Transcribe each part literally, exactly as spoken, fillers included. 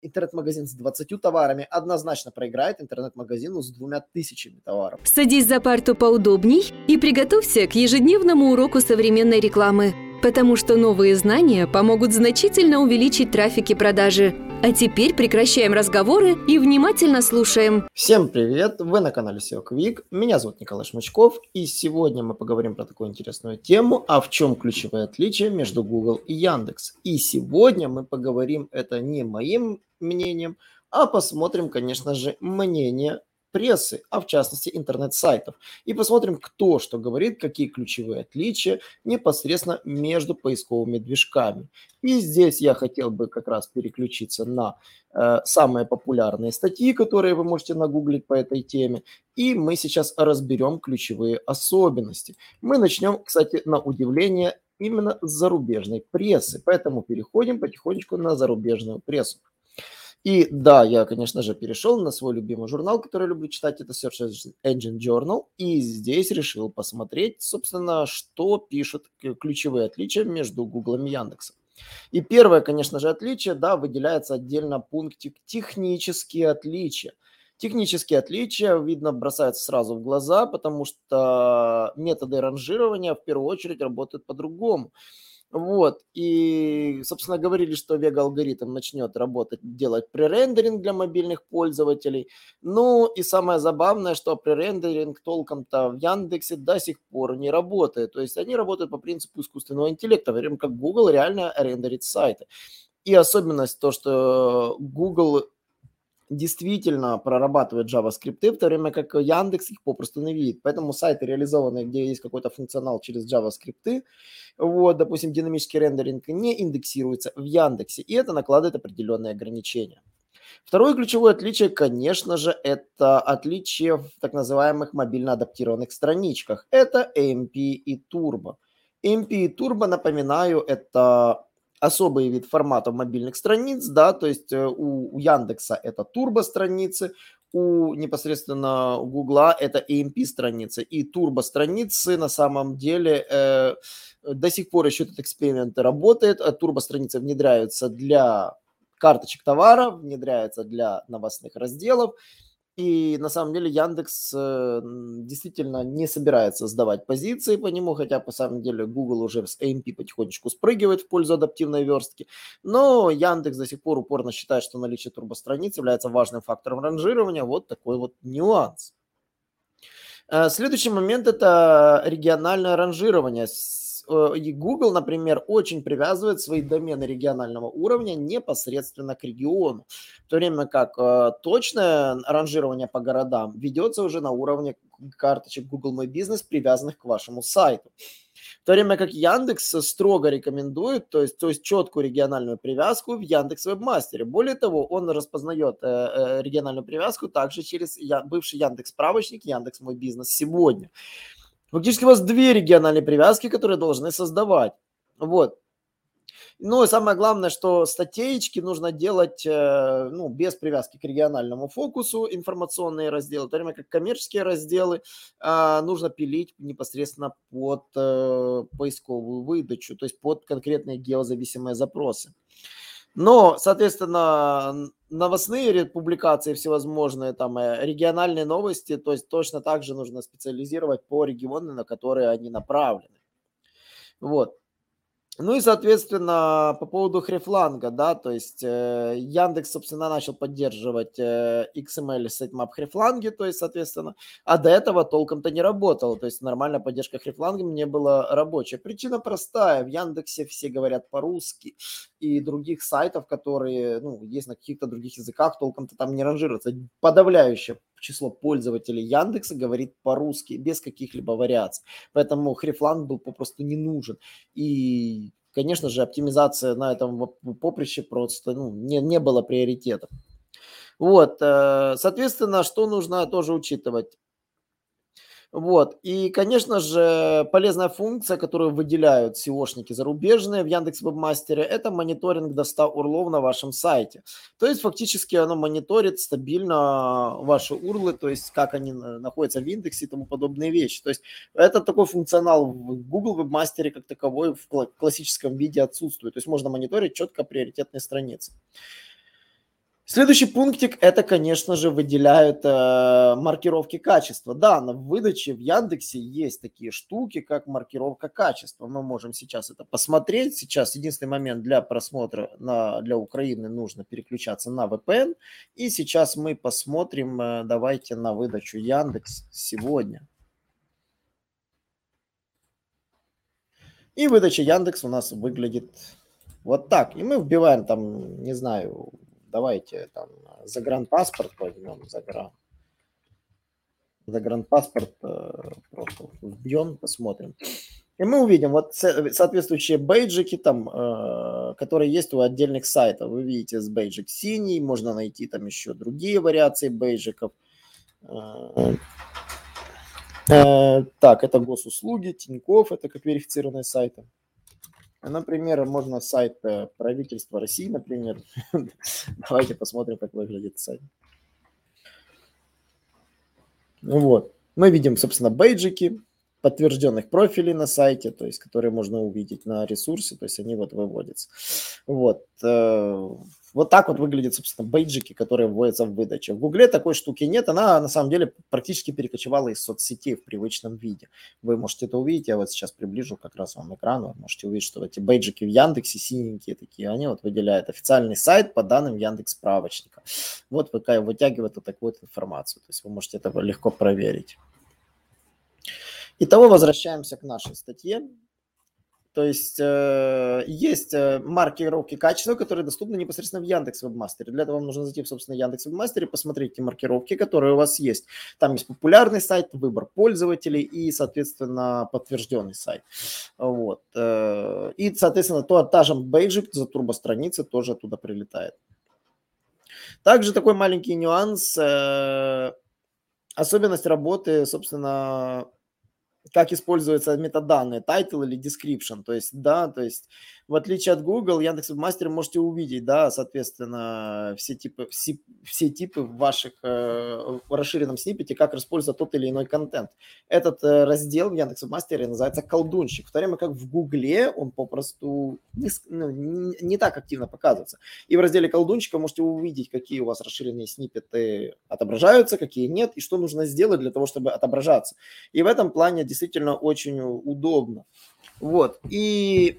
интернет-магазин с двадцатью товарами однозначно проиграет интернет-магазину с двумя тысячами товаров. Садись за парту поудобней и приготовься к ежедневному уроку современной рекламы, потому что новые знания помогут значительно увеличить трафик и продажи. А теперь прекращаем разговоры и внимательно слушаем. Всем привет! Вы на канале сео Quick. Меня зовут Николай Шмычков, и сегодня мы поговорим про такую интересную тему, а в чем ключевое отличие между Google и Яндекс. И сегодня мы поговорим это не моим мнением, а посмотрим, конечно же, мнение прессы, а в частности интернет-сайтов. И посмотрим, кто что говорит, какие ключевые отличия непосредственно между поисковыми движками. И здесь я хотел бы как раз переключиться на э, самые популярные статьи, которые вы можете нагуглить по этой теме. И мы сейчас разберем ключевые особенности. Мы начнем, кстати, на удивление, именно с зарубежной прессы. Поэтому переходим потихонечку на зарубежную прессу. И да, я, конечно же, перешел на свой любимый журнал, который люблю читать, это Search Engine Journal, и здесь решил посмотреть, собственно, что пишут ключевые отличия между Google и Яндексом. И первое, конечно же, отличие, да, выделяется отдельно пунктик технические отличия. Технические отличия, видно, бросаются сразу в глаза, потому что методы ранжирования в первую очередь работают по-другому. Вот, и, собственно, говорили, что Vega-алгоритм начнет работать, делать пререндеринг для мобильных пользователей. Ну, и самое забавное, что пререндеринг толком-то в Яндексе до сих пор не работает. То есть они работают по принципу искусственного интеллекта, время как Google реально рендерит сайты. И особенность то, что Google действительно прорабатывает JavaScript, в то время как Яндекс их попросту не видит. Поэтому сайты, реализованные, где есть какой-то функционал через JavaScript, вот, допустим, динамический рендеринг, не индексируется в Яндексе, и это накладывает определенные ограничения. Второе ключевое отличие, конечно же, это отличие в так называемых мобильно адаптированных страничках. Это эй эм пи и Turbo. эй эм пи и Turbo, напоминаю, это особый вид форматов мобильных страниц, да, то есть у, у Яндекса это Turbo страницы, у непосредственно у Гугла это эй эм пи страницы, и Turbo страницы на самом деле э, до сих пор еще этот эксперимент работает, а Turbo страницы внедряются для карточек товара, внедряются для новостных разделов. И на самом деле Яндекс э, действительно не собирается сдавать позиции по нему, хотя по самом деле Google уже с эй эм пи потихонечку спрыгивает в пользу адаптивной верстки. Но Яндекс до сих пор упорно считает, что наличие турбостраниц является важным фактором ранжирования. Вот такой вот нюанс. Э, следующий момент – это региональное ранжирование. И Google, например, очень привязывает свои домены регионального уровня непосредственно к региону, в то время как э, точное ранжирование по городам ведется уже на уровне карточек Google My Business, привязанных к вашему сайту. В то время как Яндекс строго рекомендует, то есть, то есть четкую региональную привязку в Яндекс Вебмастере. Более того, он распознает э, э, региональную привязку также через я, бывший Яндекс справочник Яндекс Мой Бизнес сегодня. Фактически у вас две региональные привязки, которые должны создавать. Вот. Ну и самое главное, что статейки нужно делать э, ну, без привязки к региональному фокусу, информационные разделы, в то время как коммерческие разделы э, нужно пилить непосредственно под э, поисковую выдачу, то есть под конкретные геозависимые запросы. Но, соответственно, новостные публикации всевозможные, там, региональные новости, то есть точно так же нужно специализировать по региону, на которые они направлены. Вот. Ну и, соответственно, по поводу хрифланга, да, то есть э, Яндекс, собственно, начал поддерживать э, икс эм эль sitemap хрифланги, то есть, соответственно, а до этого толком-то не работало, то есть нормальная поддержка хрифланга не была рабочая. Причина простая, в Яндексе все говорят по-русски, и других сайтов, которые, ну, есть на каких-то других языках, толком-то там не ранжируются. Подавляющее число пользователей Яндекса говорит по-русски, без каких-либо вариаций. Поэтому хрифланг был попросту не нужен. И, конечно же, оптимизация на этом поприще просто ну, не, не было приоритетом. Вот, соответственно, что нужно тоже учитывать? Вот. И, конечно же, полезная функция, которую выделяют сеошники зарубежные в Яндекс Вебмастере, это мониторинг до ста урлов на вашем сайте. То есть фактически оно мониторит стабильно ваши урлы, то есть как они находятся в индексе и тому подобные вещи. То есть это такой функционал в Google Вебмастере как таковой в классическом виде отсутствует. То есть можно мониторить четко приоритетные страницы. Следующий пунктик – это, конечно же, выделяют э, маркировки качества. Да, на выдаче в Яндексе есть такие штуки, как маркировка качества. Мы можем сейчас это посмотреть. Сейчас единственный момент для просмотра на, для Украины нужно переключаться на ви пи эн. И сейчас мы посмотрим, э, давайте на выдачу Яндекс сегодня. И выдача Яндекс у нас выглядит вот так. И мы вбиваем там, не знаю, давайте там загранпаспорт возьмем, загран. Загранпаспорт э, просто вбьем, посмотрим. И мы увидим вот соответствующие бейджики там, э, которые есть у отдельных сайтов. Вы видите, с бейджик синий, можно найти там еще другие вариации бейджиков. Э, э, так, это госуслуги, Тинькофф, это как верифицированные сайты. Например, можно сайт правительства России, например. Давайте посмотрим, как выглядит сайт. Вот. Мы видим, собственно, бейджики подтвержденных профилей на сайте, то есть, которые можно увидеть на ресурсе, то есть они вот выводятся. Вот. Вот так вот выглядят, собственно, бейджики, которые вводятся в выдачу. В Гугле такой штуки нет, она на самом деле практически перекочевала из соцсетей в привычном виде. Вы можете это увидеть, я вот сейчас приближу как раз вам экран, вы можете увидеть, что эти бейджики в Яндексе синенькие такие, они вот выделяют официальный сайт по данным Яндекс.Справочника. Вот вытягивает вот такую вот информацию, то есть вы можете это легко проверить. Итого возвращаемся к нашей статье. То есть э, есть э, маркировки качества, которые доступны непосредственно в Яндекс Вебмастере. Для этого вам нужно зайти, собственно, в Яндекс Вебмастере, посмотреть те маркировки, которые у вас есть. Там есть популярный сайт, выбор пользователей и, соответственно, подтвержденный сайт. Вот. Э, и, соответственно, то, та же бейджик за турбостраницы тоже оттуда прилетает. Также такой маленький нюанс, э, особенность работы, собственно, как используются метаданные, title или description, то есть, да, то есть, в отличие от Google, Яндекс.Вебмастер можете увидеть, да, соответственно, все типы, все, все типы в ваших э, в расширенном сниппете, как использовать тот или иной контент. Этот э, раздел в Яндекс.Вебмастере называется колдунщик, в то время как в Гугле он попросту не, ну, не, не так активно показывается. И в разделе колдунщика можете увидеть, какие у вас расширенные сниппеты отображаются, какие нет, и что нужно сделать для того, чтобы отображаться. И в этом плане действительно очень удобно. Вот. И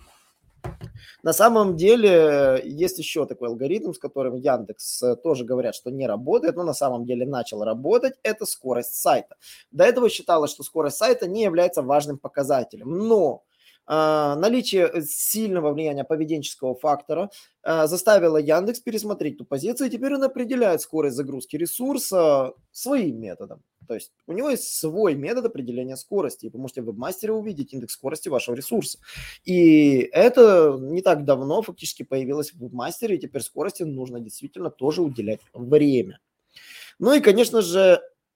на самом деле есть еще такой алгоритм, с которым Яндекс тоже говорят, что не работает, но на самом деле начал работать. Это скорость сайта. До этого считалось, что скорость сайта не является важным показателем. Но Uh, наличие сильного влияния поведенческого фактора uh, заставило Яндекс пересмотреть ту позицию, и теперь он определяет скорость загрузки ресурса своим методом. То есть у него есть свой метод определения скорости, и вы можете в Вебмастере увидеть индекс скорости вашего ресурса. И это не так давно фактически появилось в Вебмастере, и теперь скорости нужно действительно тоже уделять время. Ну и, конечно же,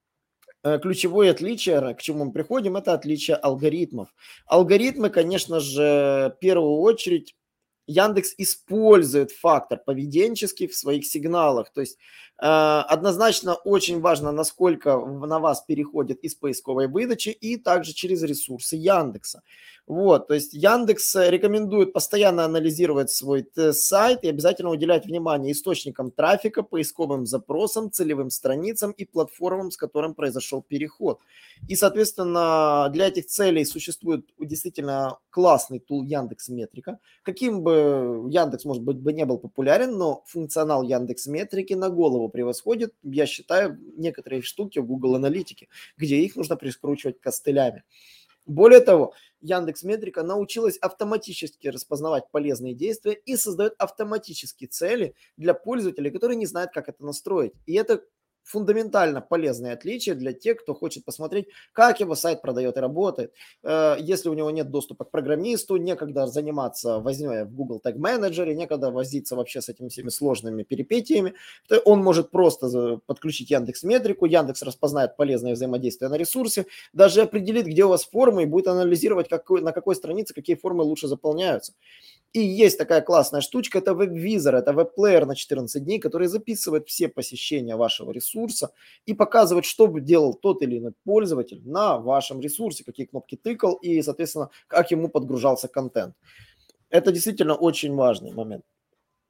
ключевое отличие, к чему мы приходим, это отличие алгоритмов. Алгоритмы, конечно же, в первую очередь Яндекс использует фактор поведенческий в своих сигналах. То есть э, однозначно очень важно, насколько на вас переходит из поисковой выдачи и также через ресурсы Яндекса. Вот, то есть Яндекс рекомендует постоянно анализировать свой сайт и обязательно уделять внимание источникам трафика, поисковым запросам, целевым страницам и платформам, с которым произошел переход. И, соответственно, для этих целей существует действительно классный тул Яндекс.Метрика. Каким бы Яндекс, может быть, бы не был популярен, но функционал Яндекс.Метрики на голову превосходит, я считаю, некоторые штуки в Google Аналитике, где их нужно прикручивать костылями. Более того, Яндекс.Метрика научилась автоматически распознавать полезные действия и создает автоматические цели для пользователей, которые не знают, как это настроить. И это фундаментально полезное отличие для тех, кто хочет посмотреть, как его сайт продает и работает. Если у него нет доступа к программисту, некогда заниматься вознёй в Google Tag Manager, некогда возиться вообще с этими всеми сложными перипетиями, то он может просто подключить Яндекс.Метрику, Яндекс распознает полезное взаимодействие на ресурсе, даже определит, где у вас формы, и будет анализировать, какой, на какой странице какие формы лучше заполняются. И есть такая классная штучка, это веб-визор, это веб-плеер на четырнадцать дней, который записывает все посещения вашего ресурса и показывает, что бы делал тот или иной пользователь на вашем ресурсе, какие кнопки тыкал и, соответственно, как ему подгружался контент. Это действительно очень важный момент.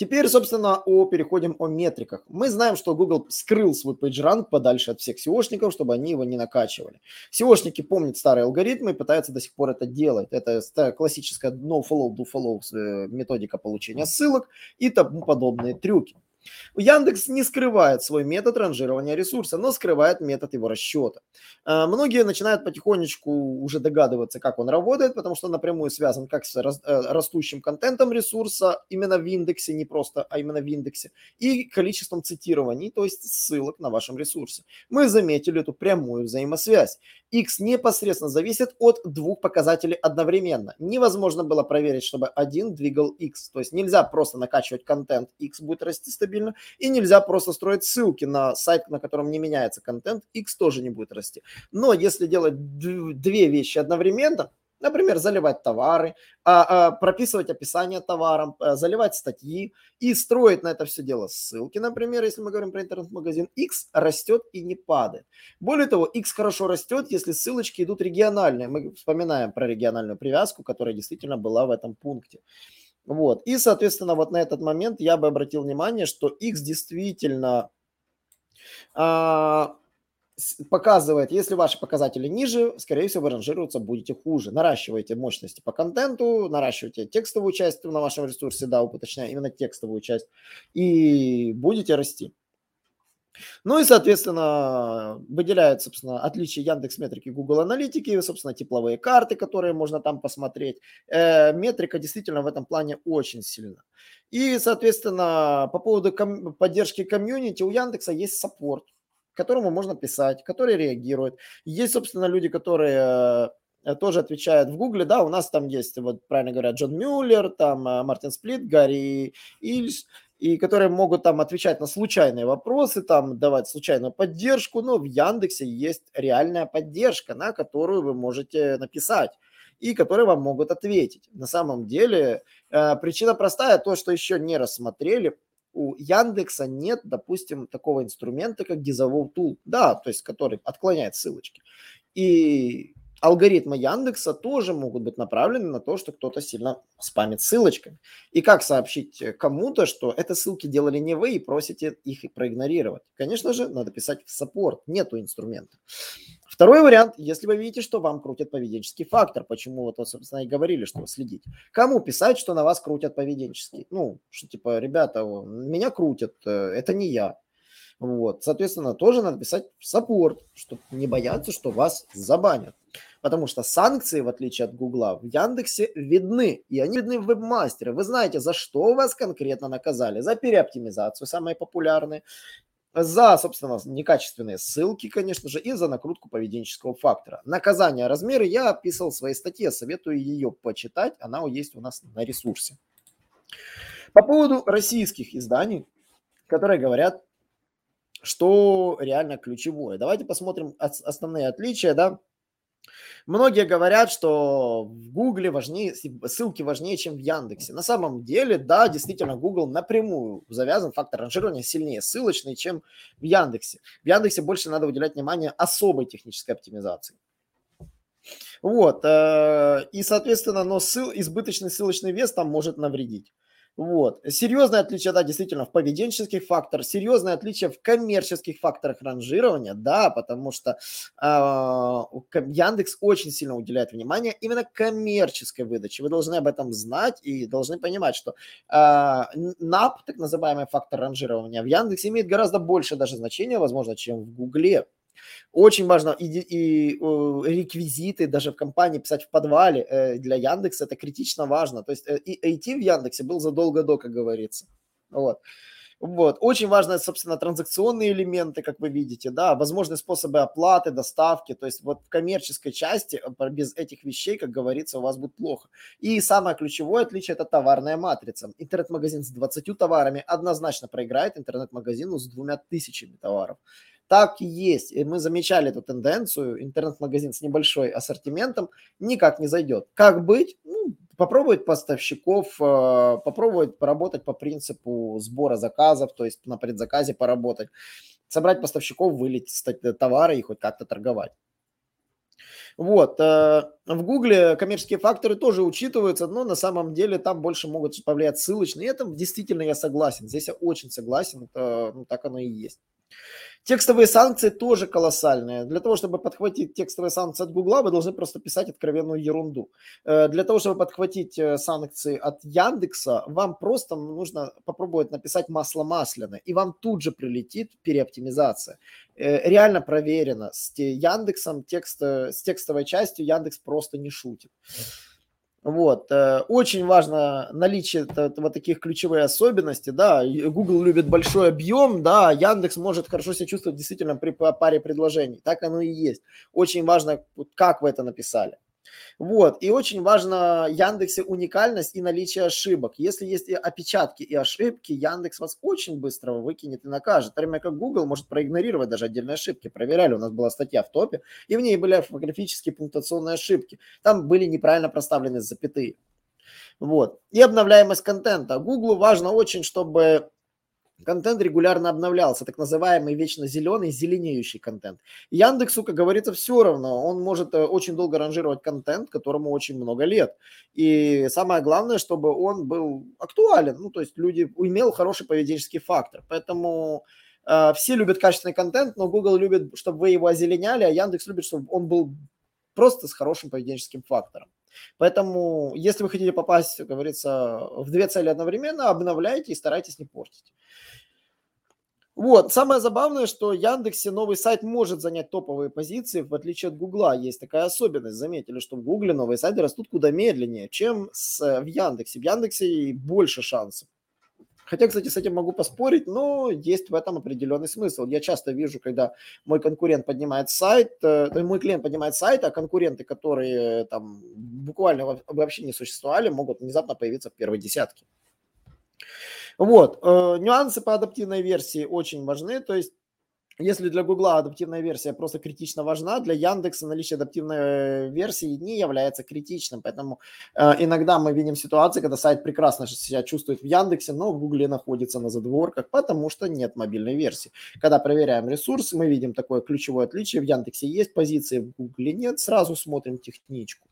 Теперь, собственно, о, переходим о метриках. Мы знаем, что Google скрыл свой PageRank подальше от всех сеошников, чтобы они его не накачивали. Сеошники помнят старые алгоритмы и пытаются до сих пор это делать. Это классическая no-follow, do-follow методика получения ссылок и тому подобные трюки. Яндекс не скрывает свой метод ранжирования ресурса, но скрывает метод его расчета. Многие начинают потихонечку уже догадываться, как он работает, потому что напрямую связан как с растущим контентом ресурса, именно в индексе, не просто, а именно в индексе, и количеством цитирований, то есть ссылок на вашем ресурсе. Мы заметили эту прямую взаимосвязь. X непосредственно зависит от двух показателей одновременно. Невозможно было проверить, чтобы один двигал X. То есть нельзя просто накачивать контент, X будет расти стабильно, и нельзя просто строить ссылки на сайт, на котором не меняется контент, X тоже не будет расти. Но если делать две вещи одновременно, например, заливать товары, а, а, прописывать описание товарам, а, заливать статьи и строить на это все дело ссылки, например, если мы говорим про интернет-магазин, X растет и не падает. Более того, X хорошо растет, если ссылочки идут региональные. Мы вспоминаем про региональную привязку, которая действительно была в этом пункте. Вот. И, соответственно, вот на этот момент я бы обратил внимание, что X действительно... А, показывает, если ваши показатели ниже, скорее всего, вы ранжироваться будете хуже. Наращиваете мощности по контенту, наращиваете текстовую часть на вашем ресурсе, да, уточняю, именно текстовую часть, и будете расти. Ну и, соответственно, выделяют, собственно, отличия Яндекс.Метрики и Google Аналитики, собственно, тепловые карты, которые можно там посмотреть. Э, метрика действительно в этом плане очень сильна. И, соответственно, по поводу ком- поддержки комьюнити у Яндекса есть саппорт, которому можно писать, который реагирует. Есть, собственно, люди, которые э, тоже отвечают в Гугле, да, у нас там есть, вот правильно говорят, Джон Мюллер, там э, Мартин Сплит, Гарри Ильс, и которые могут там отвечать на случайные вопросы, там давать случайную поддержку, но в Яндексе есть реальная поддержка, на которую вы можете написать и которые вам могут ответить. На самом деле э, причина простая, то, что еще не рассмотрели. У Яндекса нет, допустим, такого инструмента, как Disavow Tool, да, то есть который отклоняет ссылочки. И алгоритмы Яндекса тоже могут быть направлены на то, что кто-то сильно спамит ссылочками. И как сообщить кому-то, что это ссылки делали не вы и просите их проигнорировать? Конечно же, надо писать в саппорт, нету инструмента. Второй вариант, если вы видите, что вам крутят поведенческий фактор, почему вот, собственно, и говорили, что следить. Кому писать, что на вас крутят поведенческий? Ну, что типа, ребята, меня крутят, это не я. Вот, соответственно, тоже надо писать в саппорт, чтобы не бояться, что вас забанят. Потому что санкции, в отличие от Гугла, в Яндексе видны. И они видны в вебмастере. Вы знаете, за что вас конкретно наказали. За переоптимизацию, самые популярные. За, собственно, некачественные ссылки, конечно же, и за накрутку поведенческого фактора. Наказание размеры я описывал в своей статье, советую ее почитать, она есть у нас на ресурсе. По поводу российских изданий, которые говорят, что реально ключевое. Давайте посмотрим основные отличия, да. Многие говорят, что в Гугле важнее, ссылки важнее, чем в Яндексе. На самом деле, да, действительно, Google напрямую завязан, фактор ранжирования сильнее ссылочный, чем в Яндексе. В Яндексе больше надо уделять внимание особой технической оптимизации. Вот, и, соответственно, но ссыл, избыточный ссылочный вес там может навредить. Вот. Серьезное отличие, да, действительно, в поведенческих факторах, серьезное отличие в коммерческих факторах ранжирования, да, потому что э, Яндекс очень сильно уделяет внимание именно коммерческой выдаче. Вы должны об этом знать и должны понимать, что э, НАП, так называемый фактор ранжирования, в Яндексе имеет гораздо больше даже значения, возможно, чем в Гугле. Очень важно и, и, и реквизиты даже в компании писать в подвале э, для Яндекса, это критично важно. То есть э, и ай ти в Яндексе был задолго до, как говорится. Вот. Вот. Очень важно, собственно, транзакционные элементы, как вы видите, да, возможные способы оплаты, доставки. То есть вот в коммерческой части без этих вещей, как говорится, у вас будет плохо. И самое ключевое отличие – это товарная матрица. Интернет-магазин с двадцатью товарами однозначно проиграет интернет-магазину с двумя тысячами товаров. Так и есть. И мы замечали эту тенденцию. Интернет-магазин с небольшой ассортиментом никак не зайдет. Как быть? Ну, попробовать поставщиков, попробовать поработать по принципу сбора заказов, то есть на предзаказе поработать, собрать поставщиков, вылить товары и хоть как-то торговать. Вот. э, В Гугле коммерческие факторы тоже учитываются, но на самом деле там больше могут повлиять ссылочные. И это действительно я согласен. Здесь я очень согласен. Это, ну, так оно и есть. Текстовые санкции тоже колоссальные. Для того, чтобы подхватить текстовые санкции от Гугла, вы должны просто писать откровенную ерунду. Э, Для того, чтобы подхватить э, санкции от Яндекса, вам просто нужно попробовать написать масло масляное, и вам тут же прилетит переоптимизация. Э, Реально проверено. С те- Яндексом, текст, э, с текстовой частью Яндекс просто не шутит. Вот. э, Очень важно наличие т- вот таких ключевых особенностей, да, и Google любит большой объем, да, Яндекс может хорошо себя чувствовать действительно при па- паре предложений, так оно и есть. Очень важно, вот как вы это написали. Вот, и очень важно в Яндексе уникальность и наличие ошибок. Если есть и опечатки и ошибки, Яндекс вас очень быстро выкинет и накажет. В то время как Google может проигнорировать даже отдельные ошибки. Проверяли, у нас была статья в топе, и в ней были орфографические пунктуационные ошибки. Там были неправильно проставлены запятые. Вот. И обновляемость контента. Гуглу важно очень, чтобы контент регулярно обновлялся, так называемый вечно зеленый, зеленеющий контент. Яндексу, как говорится, все равно. Он может э, очень долго ранжировать контент, которому очень много лет. И самое главное, чтобы он был актуален. Ну, то есть люди имел хороший поведенческий фактор. Поэтому э, все любят качественный контент, но Google любит, чтобы вы его озеленяли, а Яндекс любит, чтобы он был просто с хорошим поведенческим фактором. Поэтому, если вы хотите попасть, как говорится, в две цели одновременно, обновляйте и старайтесь не портить. Вот, самое забавное, что в Яндексе новый сайт может занять топовые позиции, в отличие от Гугла. Есть такая особенность. Заметили, что в Гугле новые сайты растут куда медленнее, чем с, в Яндексе. В Яндексе и больше шансов. Хотя, кстати, с этим могу поспорить, но есть в этом определенный смысл. Я часто вижу, когда мой конкурент поднимает сайт, э, мой клиент поднимает сайт, а конкуренты, которые там буквально вообще не существовали, могут внезапно появиться в первой десятке. Вот, э, нюансы по адаптивной версии очень важны, то есть если для Гугла адаптивная версия просто критично важна, для Яндекса наличие адаптивной версии не является критичным, поэтому э, иногда мы видим ситуации, когда сайт прекрасно себя чувствует в Яндексе, но в Гугле находится на задворках, потому что нет мобильной версии. Когда проверяем ресурсы, мы видим такое ключевое отличие, в Яндексе есть позиции, в Гугле нет, сразу смотрим техничку.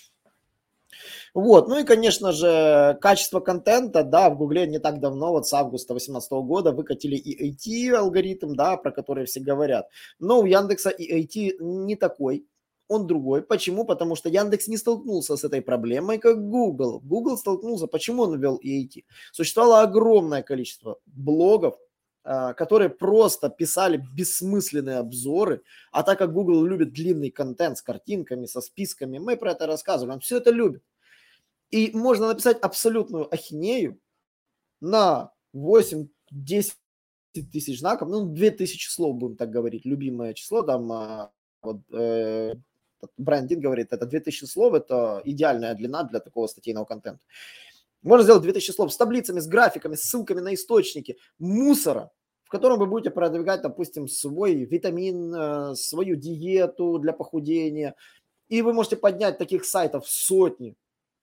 Вот, ну и, конечно же, качество контента, да, в Гугле не так давно, вот с августа две тысячи восемнадцатого года выкатили и эй ти алгоритм, да, про который все говорят, но у Яндекса и эй ти не такой, он другой. Почему? Потому что Яндекс не столкнулся с этой проблемой, как Google. Google столкнулся, почему он ввел и эй ти? Существовало огромное количество блогов, которые просто писали бессмысленные обзоры, а так как Google любит длинный контент с картинками, со списками, мы про это рассказывали, он все это любит. И можно написать абсолютную ахинею на восемь-десять тысяч знаков, ну, две тысячи слов, будем так говорить, любимое число, там, вот, э, Брайан Дин говорит, это две тысячи слов, это идеальная длина для такого статейного контента. Можно сделать две тысячи слов с таблицами, с графиками, с ссылками на источники, мусора, в котором вы будете продвигать, допустим, свой витамин, свою диету для похудения, и вы можете поднять таких сайтов сотни.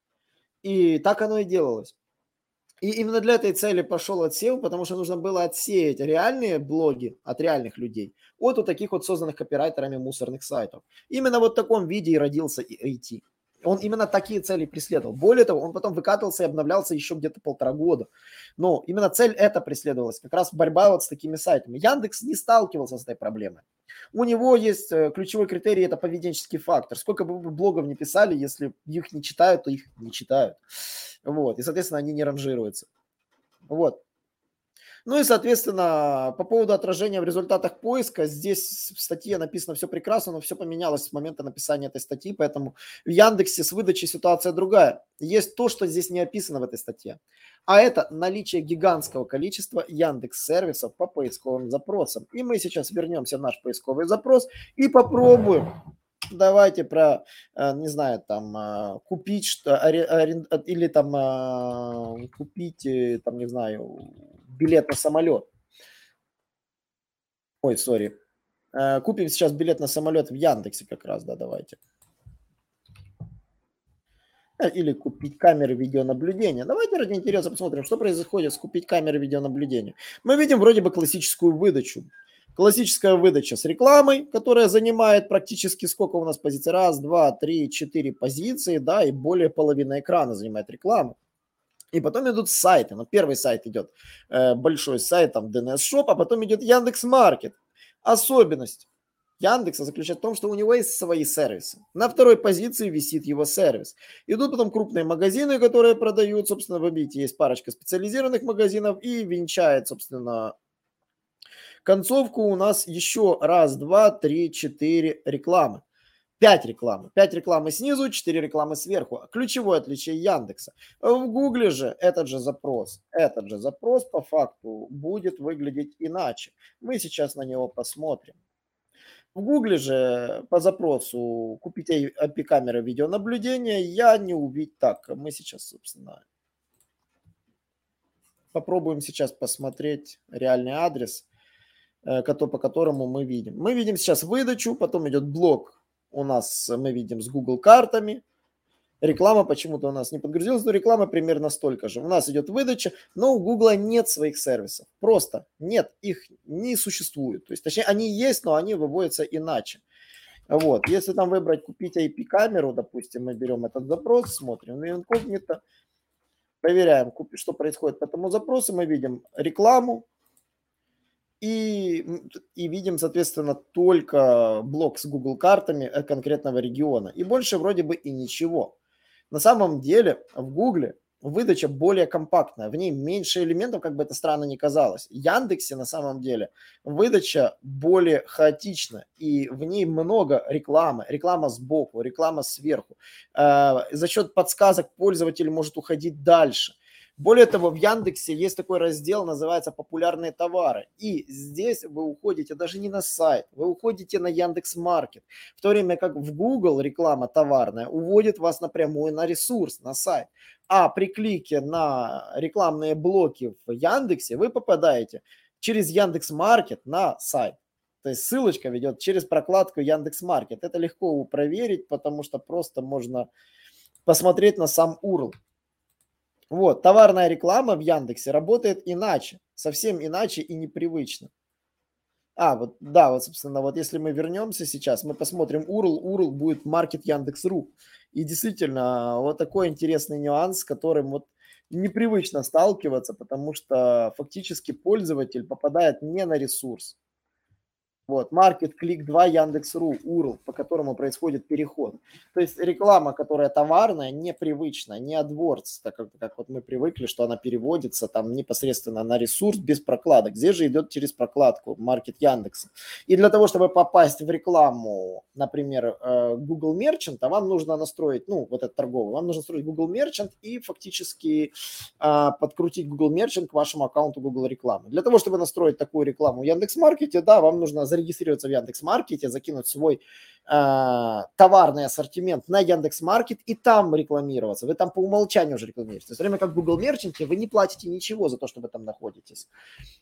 И так оно и делалось. И именно для этой цели пошел отсев, потому что нужно было отсеять реальные блоги от реальных людей от вот таких вот созданных копирайтерами мусорных сайтов. Именно вот в таком виде и родился и эй ти. Он именно такие цели преследовал. Более того, он потом выкатывался и обновлялся еще где-то полтора года. Но именно цель эта преследовалась, как раз борьба вот с такими сайтами. Яндекс не сталкивался с этой проблемой. У него есть ключевой критерий – это поведенческий фактор. Сколько бы вы блогов не писали, если их не читают, то их не читают. Вот. И, соответственно, они не ранжируются. Вот. Ну и, соответственно, по поводу отражения в результатах поиска, здесь в статье написано все прекрасно, но все поменялось с момента написания этой статьи, поэтому в Яндексе с выдачей ситуация другая. Есть то, что здесь не описано в этой статье, а это наличие гигантского количества Яндекс-сервисов по поисковым запросам. И мы сейчас вернемся в наш поисковый запрос и попробуем. Давайте про, не знаю, там, купить что, или там купить, там, не знаю, билет на самолет. Ой, сори. Купим сейчас билет на самолет в Яндексе как раз, да, давайте. Или купить камеры видеонаблюдения. Давайте ради интереса посмотрим, что происходит с купить камеры видеонаблюдения. Мы видим вроде бы классическую выдачу. Классическая выдача с рекламой, которая занимает практически сколько у нас позиций? Раз, два, три, четыре позиции, да, и более половины экрана занимает реклама. И потом идут сайты. Ну, первый сайт идет э, большой сайт, там ди эн эс-шоп, а потом идет Яндекс.Маркет. Особенность Яндекса заключается в том, что у него есть свои сервисы. На второй позиции висит его сервис. Идут потом крупные магазины, которые продают, собственно, вы видите, есть парочка специализированных магазинов, и венчает, собственно, концовку у нас еще раз, два, три, четыре рекламы. Пять рекламы. Пять рекламы снизу, четыре рекламы сверху. Ключевое отличие Яндекса. В Гугле же этот же запрос, этот же запрос по факту будет выглядеть иначе. Мы сейчас на него посмотрим. В Гугле же по запросу купить эй пи камеры видеонаблюдения я не увидел. Так, мы сейчас, собственно, попробуем сейчас посмотреть реальный адрес, по которому мы видим. Мы видим сейчас выдачу, потом идет блок. У нас мы видим с Google картами. Реклама почему-то у нас не подгрузилась, но реклама примерно столько же. У нас идет выдача, но у Google нет своих сервисов. Просто нет, их не существует. То есть, точнее, они есть, но они выводятся иначе. Вот. Если там выбрать купить эй пи камеру, допустим, мы берем этот запрос, смотрим на инкогнито, проверяем, что происходит по этому запросу, мы видим рекламу. И, и видим, соответственно, только блок с Google картами конкретного региона. И больше вроде бы и ничего. На самом деле в Google выдача более компактная. В ней меньше элементов, как бы это странно ни казалось. В Яндексе на самом деле выдача более хаотична. И в ней много рекламы. Реклама сбоку, реклама сверху. Э, за счет подсказок пользователь может уходить дальше. Более того, в Яндексе есть такой раздел, называется «Популярные товары». И здесь вы уходите даже не на сайт, вы уходите на Яндекс.Маркет. В то время как в Google реклама товарная уводит вас напрямую на ресурс, на сайт. А при клике на рекламные блоки в Яндексе вы попадаете через Яндекс.Маркет на сайт. То есть ссылочка ведет через прокладку Яндекс.Маркет. Это легко проверить, потому что просто можно посмотреть на сам ю ар эл. Вот, товарная реклама в Яндексе работает иначе, совсем иначе и непривычно. А, вот, да, вот, собственно, вот если мы вернемся сейчас, мы посмотрим ю ар эл, ю ар эл будет Market Яндекс.ру. И действительно, вот такой интересный нюанс, с которым вот непривычно сталкиваться, потому что фактически пользователь попадает не на ресурс. Вот, Market, Клик два, Яндекс.ру, ю ар эл, по которому происходит переход. То есть реклама, которая товарная, непривычная, не AdWords, так как, как вот мы привыкли, что она переводится там непосредственно на ресурс без прокладок. Здесь же идет через прокладку Market Яндекса. И для того, чтобы попасть в рекламу, например, Google Merchant, вам нужно настроить, ну, вот этот торговый, вам нужно настроить Google Merchant и фактически подкрутить Google Merchant к вашему аккаунту Google рекламы. Для того, чтобы настроить такую рекламу в Яндекс.Маркете, да, вам нужно зарегистрироваться в Яндекс.Маркете, закинуть свой э, товарный ассортимент на Яндекс.Маркет и там рекламироваться. Вы там по умолчанию уже рекламируете. В то время как в Google Merchant вы не платите ничего за то, что вы там находитесь.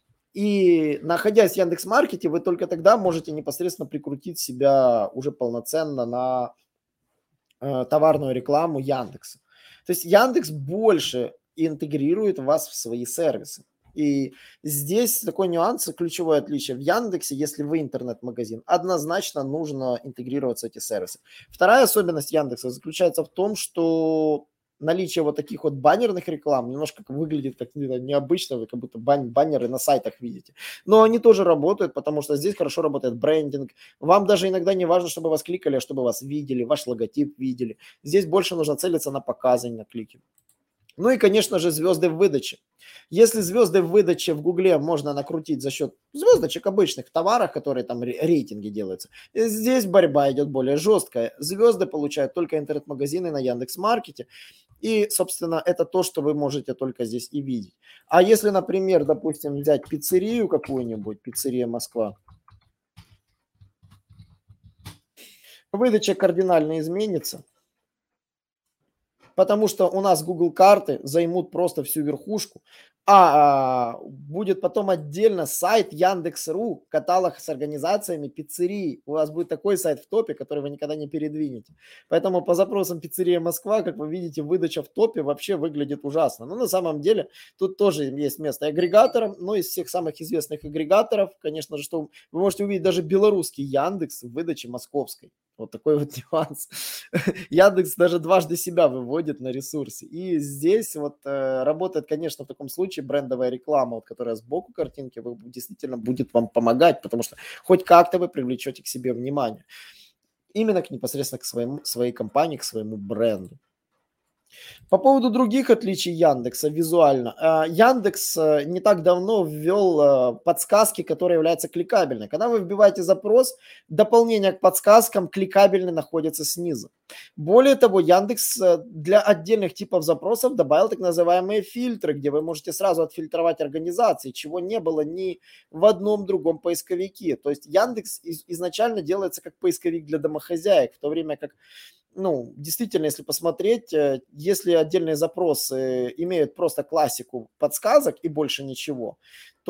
И находясь в Яндекс.Маркете, вы только тогда можете непосредственно прикрутить себя уже полноценно на э, товарную рекламу Яндекса. То есть Яндекс больше интегрирует вас в свои сервисы. И здесь такой нюанс, ключевое отличие. В Яндексе, если вы интернет-магазин, однозначно нужно интегрироваться в эти сервисы. Вторая особенность Яндекса заключается в том, что наличие вот таких вот баннерных реклам немножко выглядит как необычно, вы как будто бан- баннеры на сайтах видите. Но они тоже работают, потому что здесь хорошо работает брендинг. Вам даже иногда не важно, чтобы вас кликали, а чтобы вас видели, ваш логотип видели. Здесь больше нужно целиться на показы, на клики. Ну и, конечно же, звезды в выдаче. Если звезды в выдаче в Гугле можно накрутить за счет звездочек обычных в товарах, которые там рейтинги делаются, здесь борьба идет более жесткая. Звезды получают только интернет-магазины на Яндекс.Маркете. И, собственно, это то, что вы можете только здесь и видеть. А если, например, допустим, взять пиццерию какую-нибудь, пиццерия Москва, выдача кардинально изменится. потому что у нас Google карты займут просто всю верхушку, а, а будет потом отдельно сайт Яндекс.ру, каталог с организациями пиццерий. У вас будет такой сайт в топе, который вы никогда не передвинете. Поэтому по запросам пиццерия Москва, как вы видите, выдача в топе вообще выглядит ужасно. Но на самом деле тут тоже есть место агрегаторам, но из всех самых известных агрегаторов, конечно же, что вы можете увидеть даже белорусский Яндекс в выдаче московской. Вот такой вот нюанс. Яндекс даже дважды себя выводит на ресурсе. И здесь вот э, работает, конечно, в таком случае брендовая реклама, вот, которая сбоку картинки, вы, действительно будет вам помогать, потому что хоть как-то вы привлечете к себе внимание. Именно к непосредственно к своему, своей компании, к своему бренду. По поводу других отличий Яндекса визуально. Яндекс не так давно ввел подсказки, которые являются кликабельными. Когда вы вбиваете запрос, дополнение к подсказкам кликабельные находятся снизу. Более того, Яндекс для отдельных типов запросов добавил так называемые фильтры, где вы можете сразу отфильтровать организации, чего не было ни в одном другом поисковике. То есть Яндекс изначально делается как поисковик для домохозяек, в то время как ну, действительно, если посмотреть, если отдельные запросы имеют просто классику подсказок и больше ничего,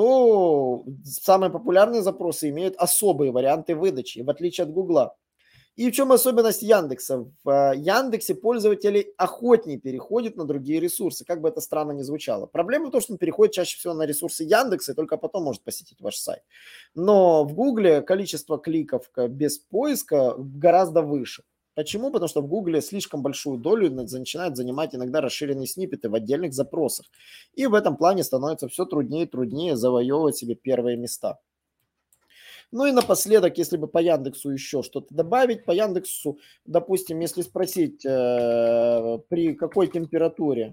то самые популярные запросы имеют особые варианты выдачи, в отличие от Гугла. И в чем особенность Яндекса? В Яндексе пользователи охотнее переходят на другие ресурсы, как бы это странно ни звучало. Проблема в том, что он переходит чаще всего на ресурсы Яндекса и только потом может посетить ваш сайт. Но в Гугле количество кликов без поиска гораздо выше. Почему? Потому что в Гугле слишком большую долю начинают занимать иногда расширенные сниппеты в отдельных запросах. И в этом плане становится все труднее и труднее завоевывать себе первые места. Ну и напоследок, если бы по Яндексу еще что-то добавить, по Яндексу, допустим, если спросить, э, при какой температуре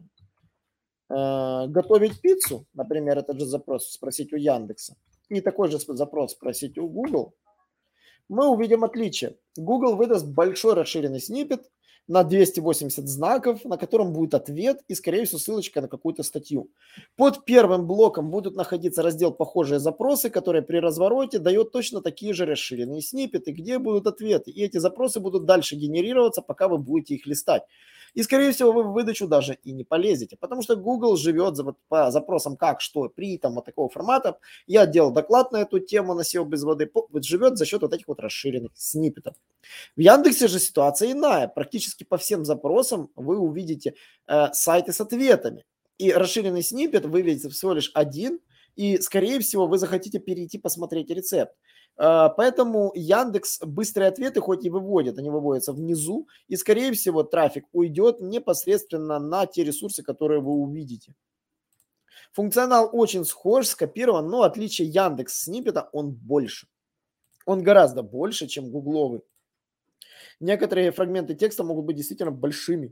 э, готовить пиццу, например, этот же запрос спросить у Яндекса, и такой же запрос спросить у Google, мы увидим отличие. Google выдаст большой расширенный сниппет на двести восемьдесят знаков, на котором будет ответ и, скорее всего, ссылочка на какую-то статью. Под первым блоком будут находиться раздел «Похожие запросы», который при развороте дает точно такие же расширенные сниппеты, где будут ответы. И эти запросы будут дальше генерироваться, пока вы будете их листать. И, скорее всего, вы в выдачу даже и не полезете, потому что Google живет за, вот, по запросам как, что, при там вот такого формата. Я делал доклад на эту тему на сео без воды, вот, живет за счет вот этих вот расширенных сниппетов. В Яндексе же ситуация иная. Практически по всем запросам вы увидите э, сайты с ответами. И расширенный сниппет вы видите всего лишь один, и, скорее всего, вы захотите перейти посмотреть рецепт. Поэтому Яндекс быстрые ответы хоть и выводит, они выводятся внизу, и, скорее всего, трафик уйдет непосредственно на те ресурсы, которые вы увидите. Функционал очень схож, скопирован, но отличие Яндекс сниппета, он больше. Он гораздо больше, чем гугловый. Некоторые фрагменты текста могут быть действительно большими.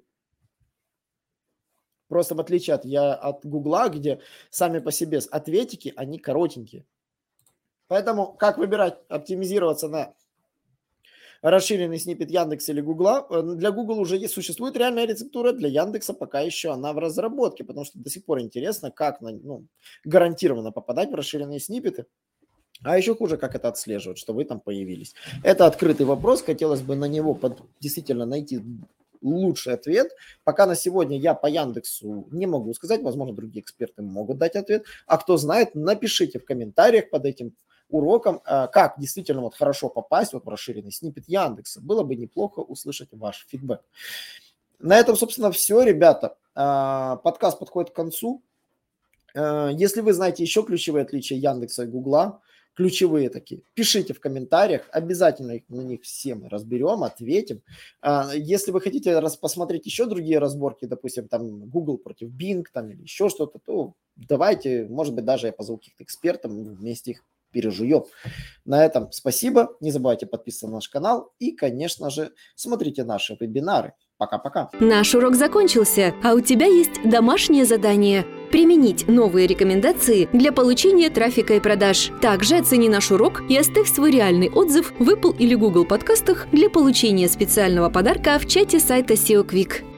Просто в отличие от, я, от Гугла, где сами по себе ответики, они коротенькие. Поэтому как выбирать, оптимизироваться на расширенный сниппет Яндекса или Гугла? Для Google уже есть, существует реальная рецептура, для Яндекса пока еще она в разработке, потому что до сих пор интересно, как ну, гарантированно попадать в расширенные сниппеты. А еще хуже, как это отслеживать, что вы там появились. Это открытый вопрос, хотелось бы на него под, действительно найти лучший ответ. Пока на сегодня я по Яндексу не могу сказать, возможно, другие эксперты могут дать ответ. А кто знает, напишите в комментариях под этим уроком, как действительно вот хорошо попасть вот в расширенный сниппет Яндекса. Было бы неплохо услышать ваш фидбэк. На этом, собственно, все, ребята. Подкаст подходит к концу. Если вы знаете еще ключевые отличия Яндекса и Гугла, ключевые такие, пишите в комментариях, обязательно их, на них все мы разберем, ответим. Если вы хотите посмотреть еще другие разборки, допустим, там Google против Bing там, или еще что-то, то давайте, может быть, даже я позову каких-то экспертов, вместе их пережуем. На этом спасибо. Не забывайте подписываться на наш канал и, конечно же, смотрите наши вебинары. Пока-пока. Наш урок закончился, а у тебя есть домашнее задание – применить новые рекомендации для получения трафика и продаж. Также оцени наш урок и оставь свой реальный отзыв в Apple или Google подкастах для получения специального подарка в чате сайта сео Quick.